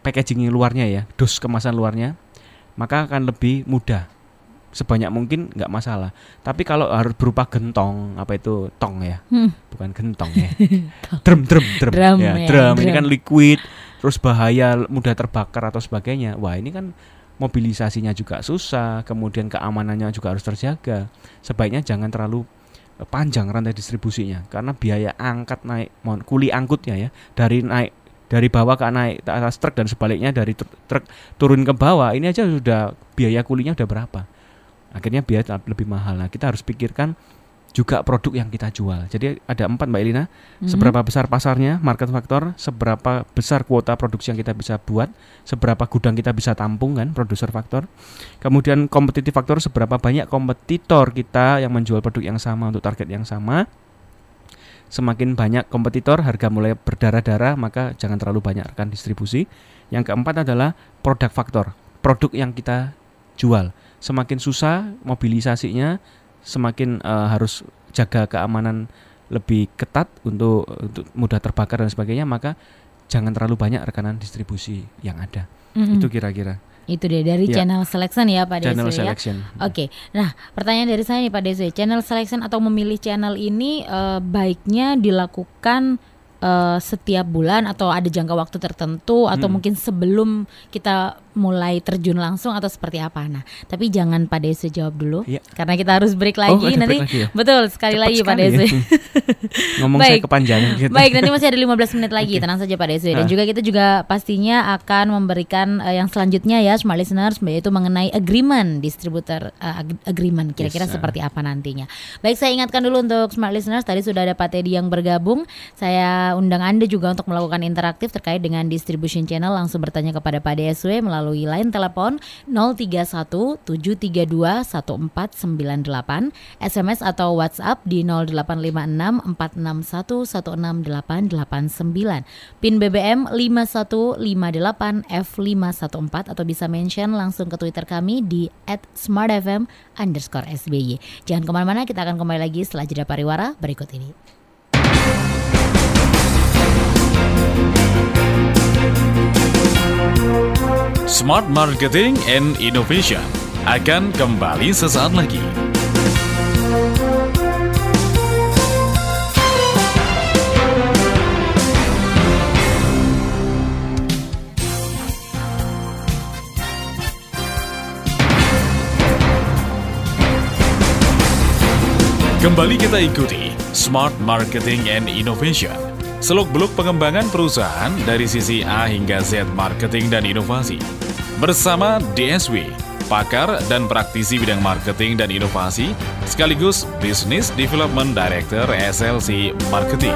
packaging luarnya ya, dos kemasan luarnya, maka akan lebih mudah. Sebanyak mungkin nggak masalah. Tapi kalau harus berupa gentong, apa itu tong ya, bukan gentong ya, drum ya, drum ini kan liquid, terus bahaya, mudah terbakar atau sebagainya. Wah ini kan mobilisasinya juga susah, kemudian keamanannya juga harus terjaga. Sebaiknya jangan terlalu panjang rantai distribusinya, karena biaya angkat naik, kuli angkutnya ya, dari bawah ke naik ke atas truk dan sebaliknya dari truk turun ke bawah, ini aja sudah biaya kulinya udah berapa. Akhirnya biaya lebih mahal. Nah, kita harus pikirkan juga produk yang kita jual. Jadi ada 4 Mbak Elina, seberapa besar pasarnya, market factor, seberapa besar kuota produksi yang kita bisa buat, seberapa gudang kita bisa tampung kan, producer factor. Kemudian competitive factor, seberapa banyak kompetitor kita yang menjual produk yang sama untuk target yang sama. Semakin banyak kompetitor, harga mulai berdarah-darah, maka jangan terlalu banyak rekan distribusi. Yang keempat adalah product factor, produk yang kita jual. Semakin susah mobilisasinya, semakin harus jaga keamanan lebih ketat untuk mudah terbakar dan sebagainya, maka jangan terlalu banyak rekanan distribusi yang ada. Itu kira-kira. Itu dia dari channel selection ya Pak Deswe. Channel selection. Ya? Oke. Nah, pertanyaan dari saya nih Pak Deswe, channel selection atau memilih channel ini baiknya dilakukan setiap bulan atau ada jangka waktu tertentu atau mungkin sebelum kita mulai terjun langsung atau seperti apa? Nah, tapi jangan Pak Deswe jawab dulu karena kita harus break lagi nanti. Break lagi ya? Betul, sekali Cepet lagi sekali Pak Deswe. Ya. Ngomong saya kepanjangan gitu. Baik, nanti masih ada 15 menit lagi. Tenang saja Pak Deswe. Dan juga kita juga pastinya akan memberikan yang selanjutnya ya Smart Listeners, yaitu mengenai agreement distributor agreement kira-kira seperti apa nantinya. Baik, saya ingatkan dulu untuk Smart Listeners, tadi sudah ada Pak Teddy yang bergabung. Saya undang Anda juga untuk melakukan interaktif terkait dengan distribution channel, langsung bertanya kepada Pak Deswe melalui line telepon 031 732 1498, SMS atau WhatsApp di 0856 461 16889, PIN BBM 5158 F514, atau bisa mention langsung ke Twitter kami di @smartfm_SBY. Jangan kemana-mana, kita akan kembali lagi setelah jeda pariwara berikut ini. Smart Marketing and Innovation akan kembali sesaat lagi. Kembali kita ikuti Smart Marketing and Innovation, seluk-beluk pengembangan perusahaan dari sisi A hingga Z marketing dan inovasi. Bersama DSW, pakar dan praktisi bidang marketing dan inovasi, sekaligus Business Development Director SLC Marketing.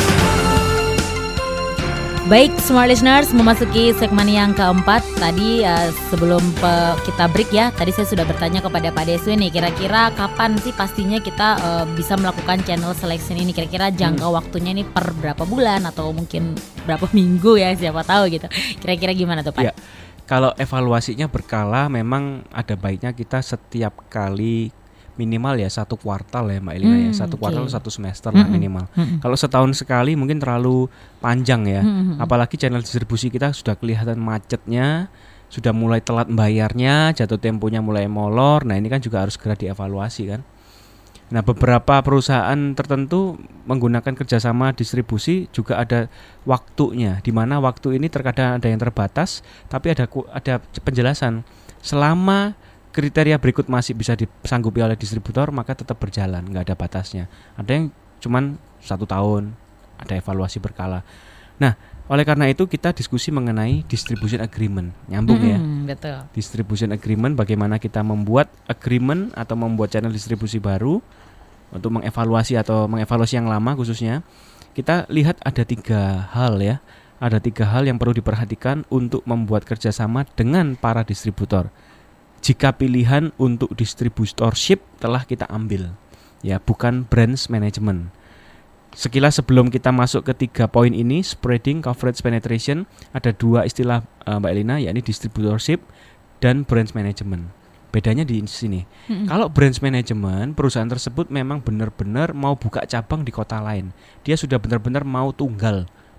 Baik, Smart Listeners, memasuki segmen yang keempat. Tadi sebelum kita break ya, tadi saya sudah bertanya kepada Pak Deswe nih, kira-kira kapan sih pastinya kita bisa melakukan channel selection ini? Kira-kira jangka waktunya ini per berapa bulan atau mungkin berapa minggu ya, siapa tahu gitu. Kira-kira gimana tuh Pak? Ya, kalau evaluasinya berkala, memang ada baiknya kita setiap kali minimal ya 1 kuartal ya Mbak Elina ya, 1 kuartal 1 semester lah minimal. Kalau setahun sekali mungkin terlalu panjang ya. Apalagi channel distribusi kita sudah kelihatan macetnya, sudah mulai telat bayarnya, jatuh temponya mulai molor. Nah ini kan juga harus segera dievaluasi kan. Nah beberapa perusahaan tertentu menggunakan kerjasama distribusi juga ada waktunya, di mana waktu ini terkadang ada yang terbatas, tapi ada penjelasan selama kriteria berikut masih bisa disanggupi oleh distributor, maka tetap berjalan, nggak ada batasnya. Ada yang cuman 1 tahun, ada evaluasi berkala. Nah, oleh karena itu kita diskusi mengenai distribution agreement, nyambung ya. Betul. Distribution agreement, bagaimana kita membuat agreement atau membuat channel distribusi baru untuk mengevaluasi yang lama khususnya. Kita lihat ada 3 hal ya. Ada 3 hal yang perlu diperhatikan untuk membuat kerjasama dengan para distributor. Jika pilihan untuk distributorship telah kita ambil, ya bukan branch management. Sekilas sebelum kita masuk ke 3 poin ini, spreading, coverage, penetration, ada 2 istilah Mbak Elina, yakni distributorship dan branch management. Bedanya di sini. Kalau branch management, perusahaan tersebut memang benar-benar mau buka cabang di kota lain. Dia sudah benar-benar mau tunggal,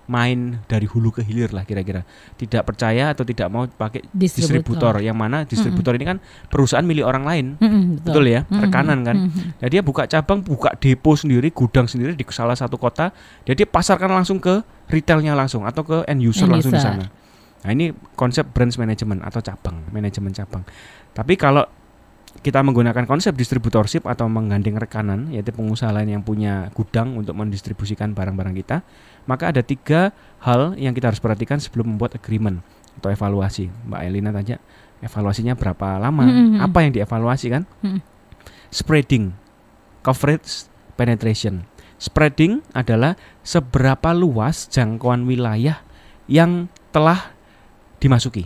main dari hulu ke hilir lah kira-kira. Tidak percaya atau tidak mau pakai distributor. Yang mana distributor ini kan perusahaan milik orang lain. Betul ya, rekanan kan. Nah, dia buka cabang, buka depo sendiri, gudang sendiri di salah satu kota. Dia pasarkan langsung ke retailnya langsung atau ke end user langsung di sana. Nah, ini konsep branch management atau manajemen cabang. Tapi kalau kita menggunakan konsep distributorship atau menggandeng rekanan, yaitu pengusaha lain yang punya gudang untuk mendistribusikan barang-barang kita, maka ada 3 hal yang kita harus perhatikan sebelum membuat agreement atau evaluasi. Mbak Elina tanya, evaluasinya berapa lama? Apa yang dievaluasi kan? Spreading, coverage, penetration. Spreading adalah seberapa luas jangkauan wilayah yang telah dimasuki.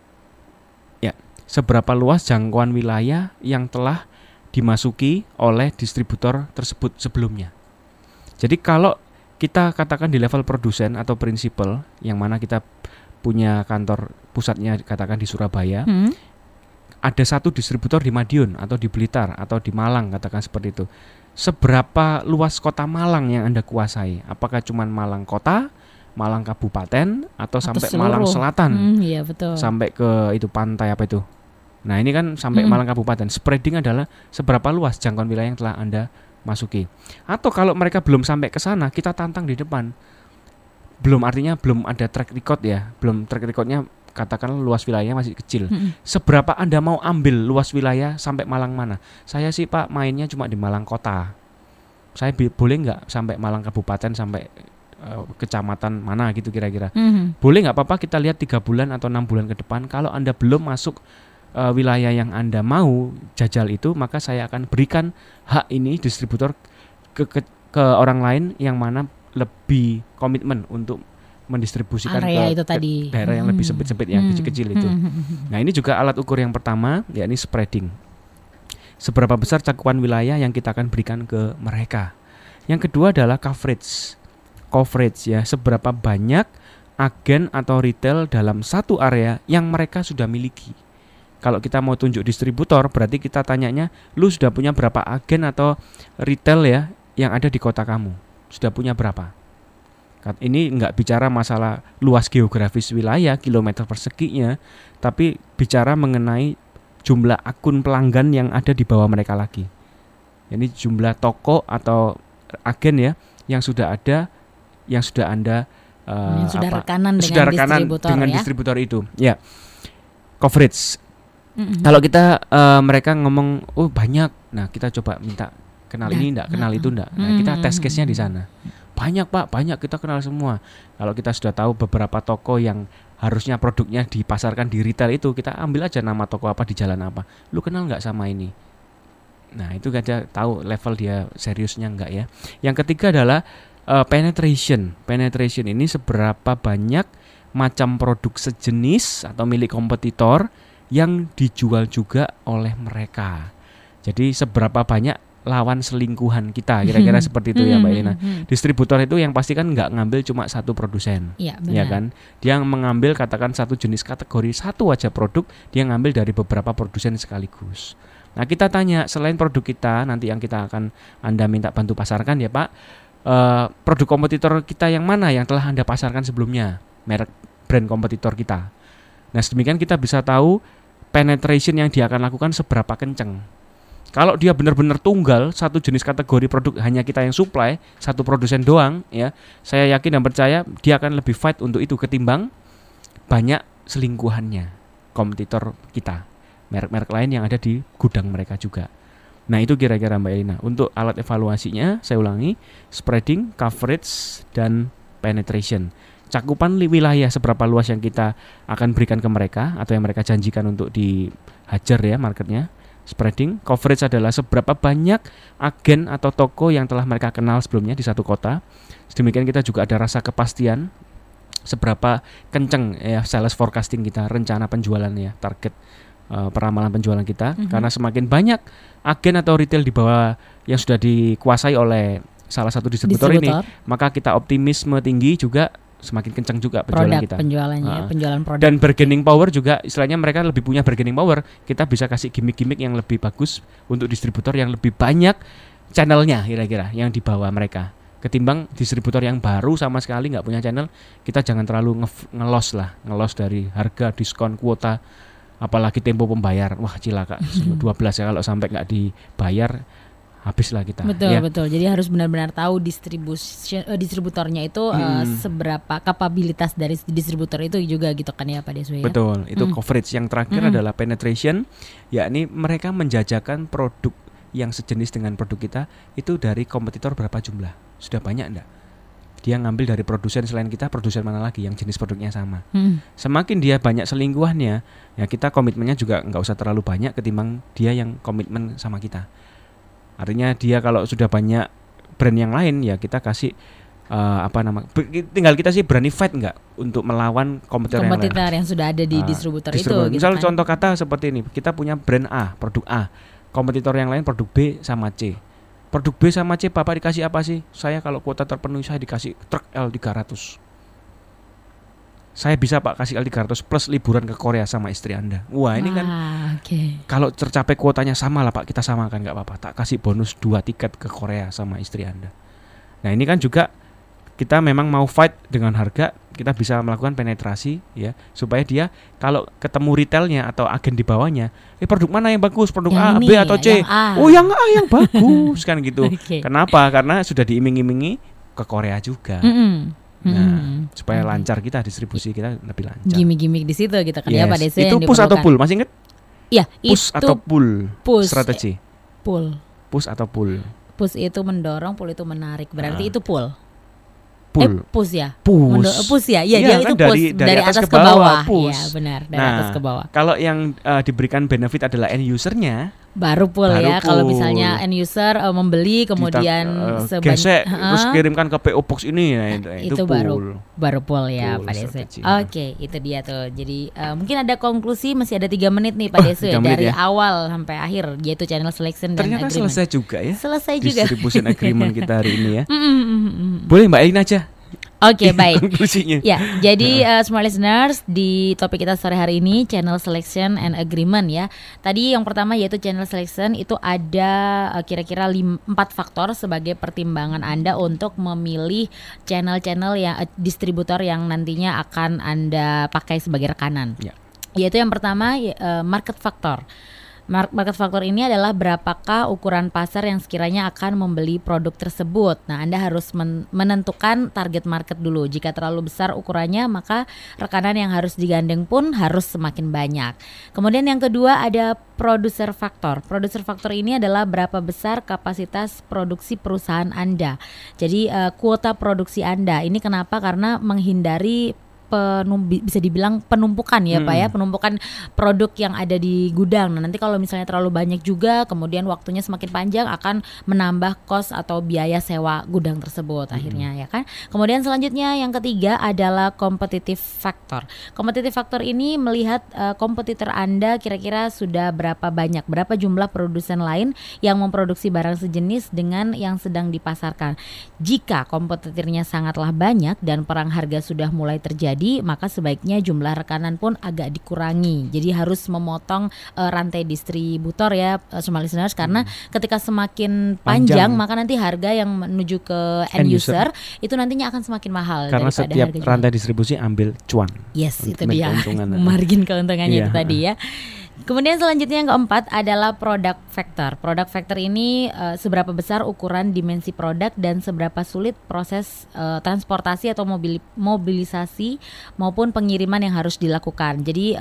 Seberapa luas jangkauan wilayah yang telah dimasuki oleh distributor tersebut sebelumnya. Jadi kalau kita katakan di level produsen atau prinsipal, yang mana kita punya kantor pusatnya katakan di Surabaya, ada satu distributor di Madiun atau di Blitar atau di Malang, katakan seperti itu. Seberapa luas kota Malang yang Anda kuasai? Apakah cuma Malang kota, Malang kabupaten, atau sampai seluruh Malang Selatan? Iya, betul. Sampai ke itu pantai apa itu? Nah, ini kan sampai Malang kabupaten. Spreading adalah seberapa luas jangkauan wilayah yang telah Anda masuki. Atau kalau mereka belum sampai ke sana, kita tantang di depan. Artinya belum ada track record ya. Belum track recordnya, katakanlah luas wilayahnya masih kecil. Seberapa Anda mau ambil luas wilayah sampai Malang mana? Saya sih Pak mainnya cuma di Malang kota. Saya boleh nggak sampai Malang kabupaten sampai kecamatan mana gitu kira-kira. Boleh nggak apa-apa kita lihat 3 bulan atau 6 bulan ke depan. Kalau Anda belum masuk wilayah yang Anda mau jajal itu, maka saya akan berikan hak ini distributor ke orang lain yang mana lebih komitmen untuk mendistribusikan area ke daerah yang lebih sempit-sempit, yang kecil-kecil itu. Nah, ini juga alat ukur yang pertama, yakni spreading. Seberapa besar cakupan wilayah yang kita akan berikan ke mereka. Yang kedua adalah coverage ya, seberapa banyak agen atau retail dalam satu area yang mereka sudah miliki. Kalau kita mau tunjuk distributor, berarti kita tanyanya, lu sudah punya berapa agen atau retail ya yang ada di kota kamu? Sudah punya berapa? Ini nggak bicara masalah luas geografis wilayah, kilometer perseginya, tapi bicara mengenai jumlah akun pelanggan yang ada di bawah mereka lagi. Ini jumlah toko atau agen ya yang sudah ada, yang sudah Anda rekanan dengan distributor itu. Ya, coverage. Kalau kita mereka ngomong banyak, nah kita coba minta kenal ini enggak, kenal itu enggak. Nah, kita test case-nya di sana. Banyak Pak, banyak, kita kenal semua. Kalau kita sudah tahu beberapa toko yang harusnya produknya dipasarkan di retail itu, kita ambil aja nama toko apa di jalan apa. Lu kenal enggak sama ini? Nah, itu aja tahu level dia seriusnya enggak ya. Yang ketiga adalah penetration. Penetration ini seberapa banyak macam produk sejenis atau milik kompetitor yang dijual juga oleh mereka. Jadi seberapa banyak lawan selingkuhan kita, kira-kira seperti itu ya Mbak Elina. Distributor itu yang pasti kan nggak ngambil cuma satu produsen, ya kan? Dia mengambil katakan satu jenis kategori, satu aja produk, dia ngambil dari beberapa produsen sekaligus. Nah, kita tanya, selain produk kita nanti yang kita akan Anda minta bantu pasarkan ya Pak, produk kompetitor kita yang mana yang telah Anda pasarkan sebelumnya, merek brand kompetitor kita. Nah, sedemikian kita bisa tahu penetration yang dia akan lakukan seberapa kenceng. Kalau dia benar-benar tunggal satu jenis kategori produk, hanya kita yang supply, satu produsen doang ya, saya yakin dan percaya dia akan lebih fight untuk itu ketimbang banyak selingkuhannya kompetitor kita, merek-merek lain yang ada di gudang mereka juga. Nah, itu kira-kira Mbak Elina. Untuk alat evaluasinya saya ulangi, spreading, coverage, dan penetration. Cakupan wilayah seberapa luas yang kita akan berikan ke mereka atau yang mereka janjikan untuk dihajar ya marketnya. Spreading, coverage adalah seberapa banyak agen atau toko yang telah mereka kenal sebelumnya di satu kota. Sedemikian kita juga ada rasa kepastian seberapa kenceng ya sales forecasting kita, rencana penjualan ya, target peramalan penjualan kita. Karena semakin banyak agen atau retail di bawah yang sudah dikuasai oleh salah satu distributor ini, maka kita optimisme tinggi juga, semakin kencang juga penjualan kita. Penjualan produk. Dan bargaining power juga, istilahnya mereka lebih punya bargaining power. Kita bisa kasih gimmick-gimmick yang lebih bagus untuk distributor yang lebih banyak channelnya kira-kira yang di bawah mereka. Ketimbang distributor yang baru sama sekali nggak punya channel, kita jangan terlalu ngelos dari harga, diskon, kuota, apalagi tempo pembayar. Wah cilaka, 12 ya kalau sampai nggak dibayar, habislah kita. Betul. Jadi harus benar-benar tahu distributornya itu seberapa kapabilitas dari distributor itu juga gitu kan ya Pak Deswe ya. Betul, itu coverage. Yang terakhir adalah penetration, yakni mereka menjajakan produk yang sejenis dengan produk kita itu dari kompetitor berapa jumlah, sudah banyak enggak? Dia ngambil dari produsen selain kita, produsen mana lagi yang jenis produknya sama. Semakin dia banyak selingkuhannya, ya kita komitmennya juga nggak usah terlalu banyak ketimbang dia yang komitmen sama kita. Artinya dia kalau sudah banyak brand yang lain, ya kita kasih tinggal kita sih berani fight nggak untuk melawan kompetitor yang sudah ada di distributor itu. Misal gitu kan? Contoh kata seperti ini, kita punya brand A, produk A, kompetitor yang lain produk B sama C. Produk B sama C Bapak dikasih apa sih? Saya kalau kuota terpenuhi saya dikasih truk L300. Saya bisa Pak kasih L300 plus liburan ke Korea sama istri Anda. Wah ini kan kalau tercapai kuotanya sama lah Pak, kita samakan nggak apa-apa. Tak kasih bonus 2 tiket ke Korea sama istri Anda. Nah ini kan juga kita memang mau fight dengan harga, kita bisa melakukan penetrasi ya, supaya dia kalau ketemu retailnya atau agen di bawahnya, produk mana yang bagus, produk yang A, ini, B atau C? Oh yang A yang bagus kan gitu. Kenapa? Karena sudah diiming-imingi ke Korea juga. Nah, supaya lancar kita distribusi kita lebih lancar. Gimik-gimik di situ gitu kan ya Pak Desi. Itu push atau pull, masih ingat? Iya, push atau pull. Strategi. Push atau pull. Push itu mendorong, pull itu menarik. Berarti itu pull. Push ya. Push ya. Iya, dia kan itu push dari atas ke bawah. Iya, benar, dari atas ke bawah. Kalau yang diberikan benefit adalah end usernya, baru pull ya. Kalau misalnya end user membeli kemudian gesek terus kirimkan ke PO Box ini, nah, itu baru pull ya Pak Desi. Oke, itu dia tuh. Jadi mungkin ada konklusi, masih ada 3 menit nih Pak Desi dari awal sampai akhir, yaitu channel selection dan agreement. Ternyata selesai juga ya. Selesai juga distribution agreement kita hari ini ya. Boleh Mbak Elin aja. Oke, baik. Konklusinya. Ya, jadi smart listeners, di topik kita sore hari ini channel selection and agreement ya. Tadi yang pertama yaitu channel selection, itu ada kira-kira 4 faktor sebagai pertimbangan Anda untuk memilih channel-channel yang distributor yang nantinya akan Anda pakai sebagai rekanan. Ya. Yaitu yang pertama market factor. Market factor ini adalah berapakah ukuran pasar yang sekiranya akan membeli produk tersebut. Nah, Anda harus menentukan target market dulu. Jika terlalu besar ukurannya, maka rekanan yang harus digandeng pun harus semakin banyak. Kemudian yang kedua ada producer factor. Producer factor ini adalah berapa besar kapasitas produksi perusahaan Anda. Jadi kuota produksi Anda. Ini kenapa? Karena menghindari bisa dibilang penumpukan ya Pak ya, penumpukan produk yang ada di gudang. Nah, nanti kalau misalnya terlalu banyak juga, kemudian waktunya semakin panjang akan menambah kos atau biaya sewa gudang tersebut akhirnya ya kan. Kemudian selanjutnya yang ketiga adalah competitive factor. Competitive factor ini melihat kompetitor Anda kira-kira sudah berapa jumlah produsen lain yang memproduksi barang sejenis dengan yang sedang dipasarkan. Jika kompetitornya sangatlah banyak dan perang harga sudah mulai terjadi, maka sebaiknya jumlah rekanan pun agak dikurangi. Jadi harus memotong rantai distributor ya smart listeners, karena ketika semakin panjang maka nanti harga yang menuju ke end user itu nantinya akan semakin mahal. Karena setiap rantai distribusi ambil cuan. Yes, itu dia margin keuntungannya itu tadi ya. Kemudian selanjutnya yang keempat adalah product factor. Product factor ini seberapa besar ukuran dimensi produk dan seberapa sulit proses transportasi atau mobilisasi maupun pengiriman yang harus dilakukan. Jadi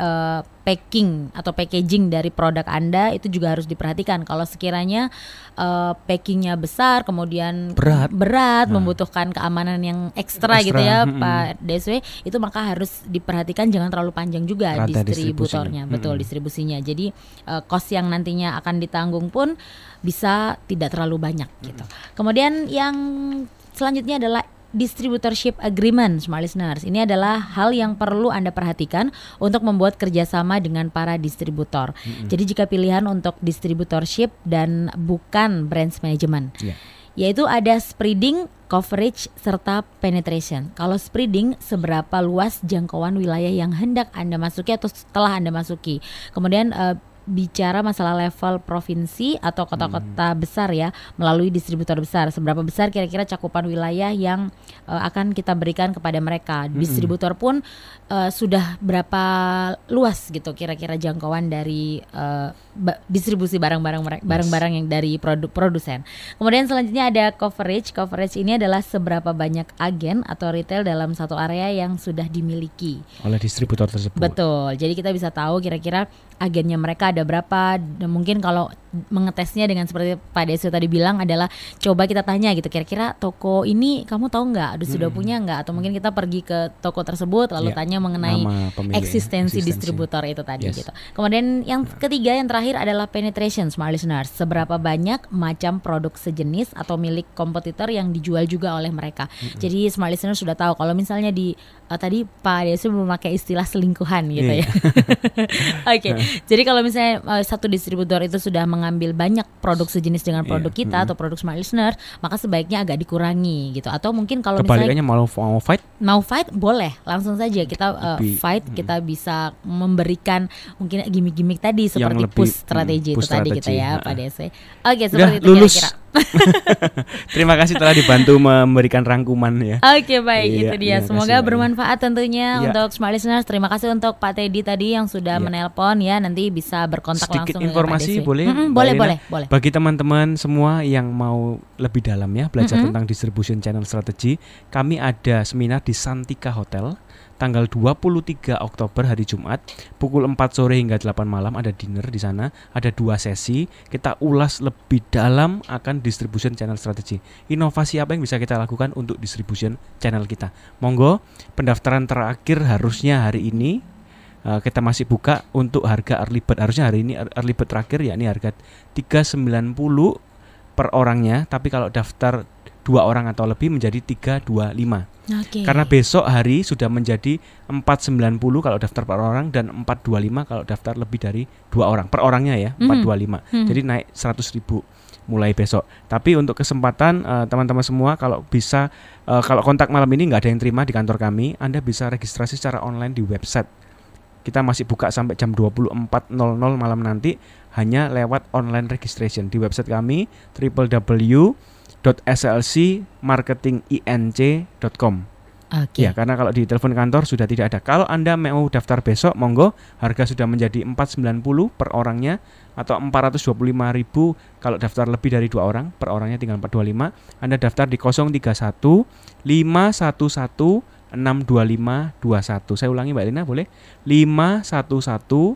packing atau packaging dari produk Anda itu juga harus diperhatikan. Kalau sekiranya packingnya besar, kemudian berat membutuhkan keamanan yang ekstra gitu ya Pak Deswe, itu maka harus diperhatikan jangan terlalu panjang juga distributornya. Betul, distribusinya. Jadi cost yang nantinya akan ditanggung pun bisa tidak terlalu banyak gitu. Kemudian yang selanjutnya adalah distributorship agreement, smart listeners. Ini adalah hal yang perlu Anda perhatikan untuk membuat kerjasama dengan para distributor. Jadi jika pilihan untuk distributorship dan bukan branch management, yaitu ada spreading, coverage, serta penetration. Kalau spreading, seberapa luas jangkauan wilayah yang hendak Anda masuki atau setelah Anda masuki. Kemudian bicara masalah level provinsi atau kota-kota besar ya, melalui distributor besar. Seberapa besar kira-kira cakupan wilayah yang akan kita berikan kepada mereka. Distributor pun sudah berapa luas gitu kira-kira jangkauan dari distribusi barang-barang yang dari produsen. Kemudian selanjutnya ada coverage. Coverage ini adalah seberapa banyak agen atau retail dalam satu area yang sudah dimiliki oleh distributor tersebut. Betul. Jadi kita bisa tahu kira-kira agennya mereka ada berapa. Dan mungkin kalau mengetesnya dengan seperti Pak Desu tadi bilang adalah coba kita tanya gitu, kira-kira toko ini kamu tahu nggak, sudah punya nggak, atau mungkin kita pergi ke toko tersebut lalu tanya mengenai eksistensi distributor itu tadi gitu. Kemudian yang ketiga, yang terakhir adalah penetration, smart listeners. Seberapa banyak macam produk sejenis atau milik kompetitor yang dijual juga oleh mereka. Jadi smart listeners sudah tahu kalau misalnya di tadi Pak Desu memakai istilah selingkuhan gitu ya. Oke. Jadi kalau misalnya satu distributor itu sudah mengambil banyak produk sejenis dengan produk kita atau produk smart listener, maka sebaiknya agak dikurangi gitu. Atau mungkin kalau kebalikannya misalnya mau fight boleh, langsung saja kita fight, kita bisa memberikan mungkin gimmick-gimmick tadi seperti push strategi itu tadi kita ya Pak Dese. Oke, seperti itu kira-kira. Terima kasih telah dibantu memberikan rangkuman ya. Oke, baik, itu dia. Semoga bermanfaat tentunya untuk smart listeners. Terima kasih untuk Pak Teddy tadi yang sudah menelpon ya. Nanti bisa berkontak sedikit langsung informasi dengan Pak boleh? Boleh. Bagi teman-teman semua yang mau lebih dalam ya belajar tentang distribution channel strategy, kami ada seminar di Santika Hotel tanggal 23 Oktober hari Jumat pukul 4 sore hingga 8 malam. Ada dinner di sana, ada 2 sesi. Kita ulas lebih dalam akan distribution channel strategy. Inovasi apa yang bisa kita lakukan untuk distribution channel kita. Monggo, pendaftaran terakhir harusnya hari ini. Kita masih buka untuk harga early bird. Harusnya hari ini early bird terakhir, yakni harga 390 per orangnya. Tapi kalau daftar 2 orang atau lebih menjadi 325. Karena besok hari sudah menjadi 490 kalau daftar per orang dan 425 kalau daftar lebih dari 2 orang per orangnya ya, 425. Jadi naik 100.000 mulai besok. Tapi untuk kesempatan teman-teman semua, kalau bisa kalau kontak malam ini nggak ada yang terima di kantor kami, Anda bisa registrasi secara online di website. Kita masih buka sampai jam 24.00 malam nanti, hanya lewat online registration di website kami www.slcmarketinginc.com. Ya, karena kalau di telepon kantor sudah tidak ada. Kalau Anda mau daftar besok, monggo, harga sudah menjadi 490 per orangnya atau 425.000 kalau daftar lebih dari 2 orang, per orangnya tinggal 425. Anda daftar di 031 511 62521. Saya ulangi Mbak Lina, boleh? 511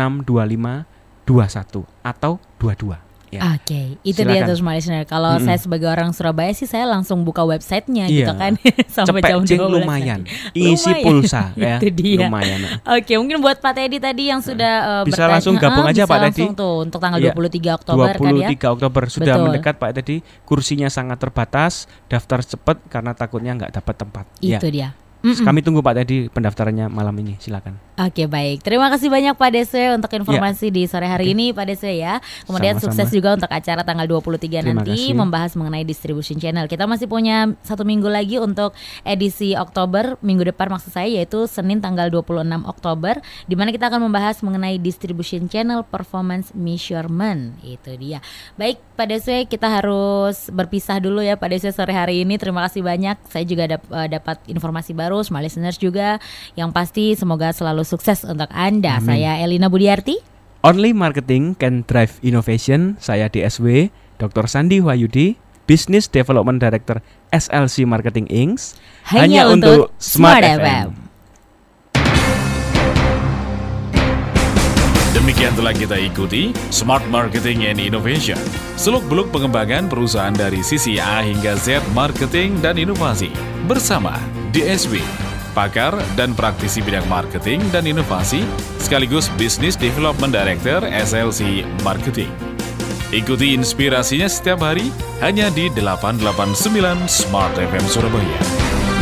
62521 atau 22. Ya. Oke, itu silakan. Dia tuh smart listener. Kalau saya sebagai orang Surabaya sih saya langsung buka websitenya gitu kan sampai jam 12 lumayan. Isi pulsa ya. Itu dia. Lumayan. Oke, mungkin buat Pak Teddy tadi yang sudah bisa langsung gabung aja Pak Teddy. Tuh untuk tanggal 23 Oktober 23 kan ya. 23 Oktober sudah mendekat Pak Teddy. Kursinya sangat terbatas. Daftar cepat karena takutnya nggak dapat tempat. Itu dia. Kami tunggu Pak Teddy pendaftarannya malam ini, silakan. Oke, baik. Terima kasih banyak Pak Dese untuk informasi di sore hari ini Pak Dese ya. Kemudian sama-sama. Sukses juga untuk acara tanggal 23 nanti membahas mengenai distribution channel. Kita masih punya 1 minggu lagi untuk edisi Oktober, minggu depan maksud saya, yaitu Senin tanggal 26 Oktober, di mana kita akan membahas mengenai distribution channel performance measurement. Itu dia. Baik Pak Dese, kita harus berpisah dulu ya Pak Dese sore hari ini. Terima kasih banyak. Saya juga dapat informasi baru, smart listeners juga. Yang pasti semoga selalu sukses untuk Anda. Amin. Saya Elina Budiarti. Only marketing can drive innovation. Saya DSW, Dr. Sandi Wahyudi, Business Development Director SLC Marketing Inc. Hanya untuk Smart FM. Demikian telah kita ikuti Smart Marketing and Innovation, seluk-beluk pengembangan perusahaan dari sisi A hingga Z marketing dan inovasi bersama DSW, pakar dan praktisi bidang marketing dan inovasi sekaligus Business Development Director SLC Marketing. Ikuti inspirasinya setiap hari hanya di 889 Smart FM Surabaya.